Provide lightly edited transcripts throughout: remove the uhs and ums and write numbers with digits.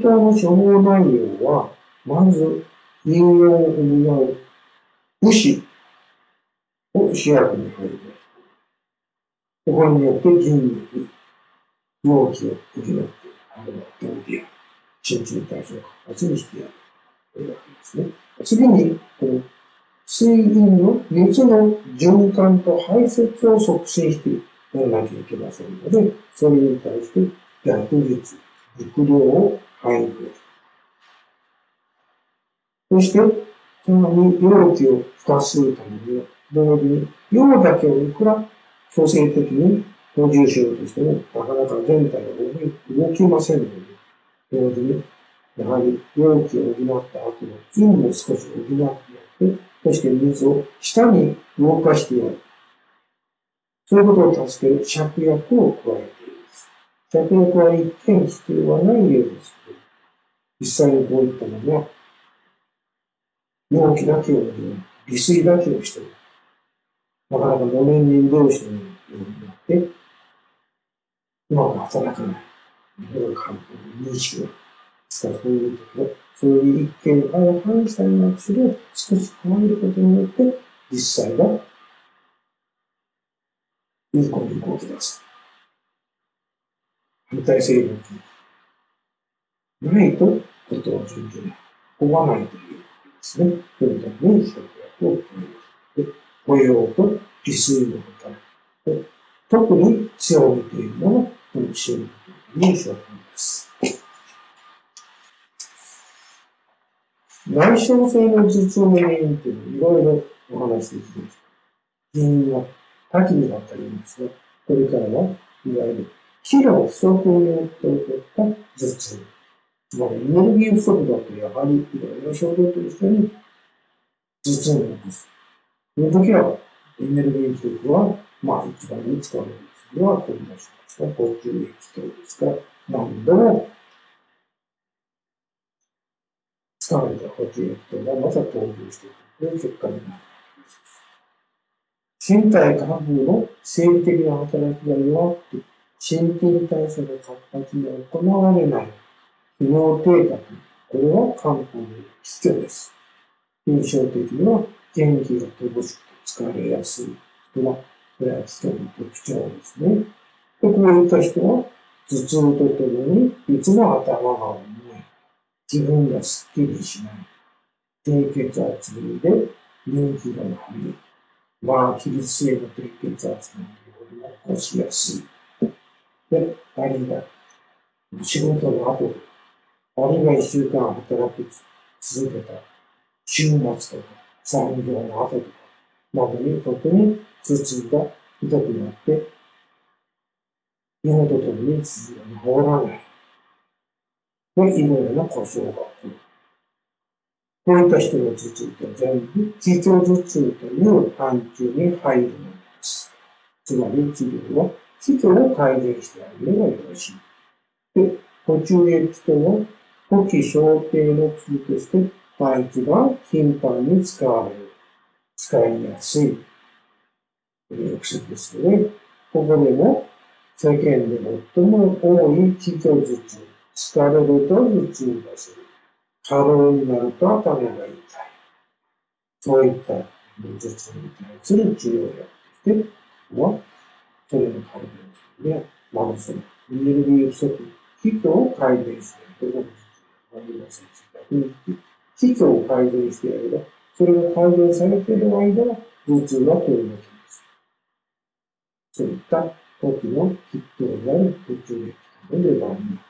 ことの処方内容は、まず、人形を補う武士を主役に入ります。これによって人類に容器を補って、どうである。新陳代謝を活発にしてやる。というわけですね。次に、この水銀の水の循環と排泄を促進してやらなきゃいけませんので、それに対して薬術、熟量を配合。そして、さらに容器を孵化するためには、同時に量だけをいくら強制的に補充しようとしても、なかなか全体が動きませんので、同時に、やはり容器を補った後の陰も少し補ってやって、そして水を下に動かしてやる。そういうことを助ける芍薬を加えています。芍薬は一見必要はないようですけど、実際にこういったものは、容器だけを補う、利水だけをしている。なかなか路面人同士のようになって、うまく働かない。認識が。ですからそういう時は、そういう一見を反したような薬を少し加えることによって、実際がいい子に動き出す。反対勢力ないと、ことは順々に追わないということですね。というために芍薬を加えます。雇用と利水の働き。特に強めているのが、この塩のに処方です。内傷性の頭痛の原因というのをいろいろお話していきました。原因は多岐にわたりますが、これからは、いわゆる気の不足によって起こった頭痛。つまりエネルギー不足だとやはりいろいろ症状と一緒に頭痛を起こす。その時は、エネルギー不足は、一番に使われる薬は取り出しますが、補給液等ですから、何度も使われた補給液等がまた登場してくるという結果になるわけです。身体下部の生理的な働きが弱くて、新陳代謝が活発に行われない。機能低下と、これは漢方の危虚です。印象的には元気が乏しくて疲れやすい人は、これは危虚の特徴ですね。で、こういった人は、頭痛とともに、いつも頭が重い。自分がスッキリしない。低血圧で元気が悪い。起立性の低血圧なんていうことも起こしやすい。で、あるいは、仕事の後、あるいは一週間働き続けた週末とか残業の後とかなどに特に頭痛がひどくなって、日本とともに頭痛が治らない。で、いろいろな故障が起こる。こういった人の頭痛って全部、気虚頭痛という範疇に入るものです。つまり、治療は気虚を改善してあげればよろしい。で、補充液とは、補気小定の薬として、一番頻繁に使われる。使いやすい薬ですので、ここでも世間で最も多い気虚頭痛。疲れると頭痛がする。過労になると頭が痛い。そういった頭痛に対する治療薬として、それを改善するね。まずそのエネルギー不足、気虚を改善してやると、気虚を改善してやれば、それが改善されている間は、頭痛が取り除きます。そういった時の筆頭である補充液の出番になってくるんです。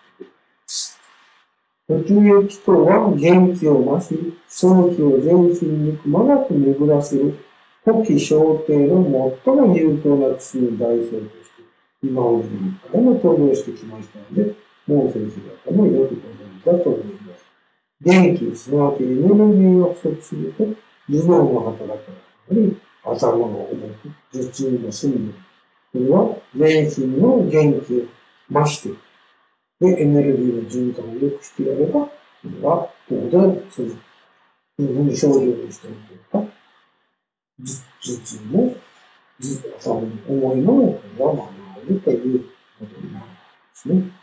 補充液とは元気を増し、その気を全身にくまなく巡らせる補気小定の最も有効な薬の代表として、今までの中でも登場してきましたので、もう先生方もよくご存知だと思います。元気、すなわちエネルギーを不足すると、頭脳が働かないのに、頭が重く、頭痛が済む。これは全身の元気を増して、で、エネルギーの循環を良くしてやれば、これは当然、そういうふうに症状にしておけば、頭痛も、頭の重いのも、これは治るということになるんですね。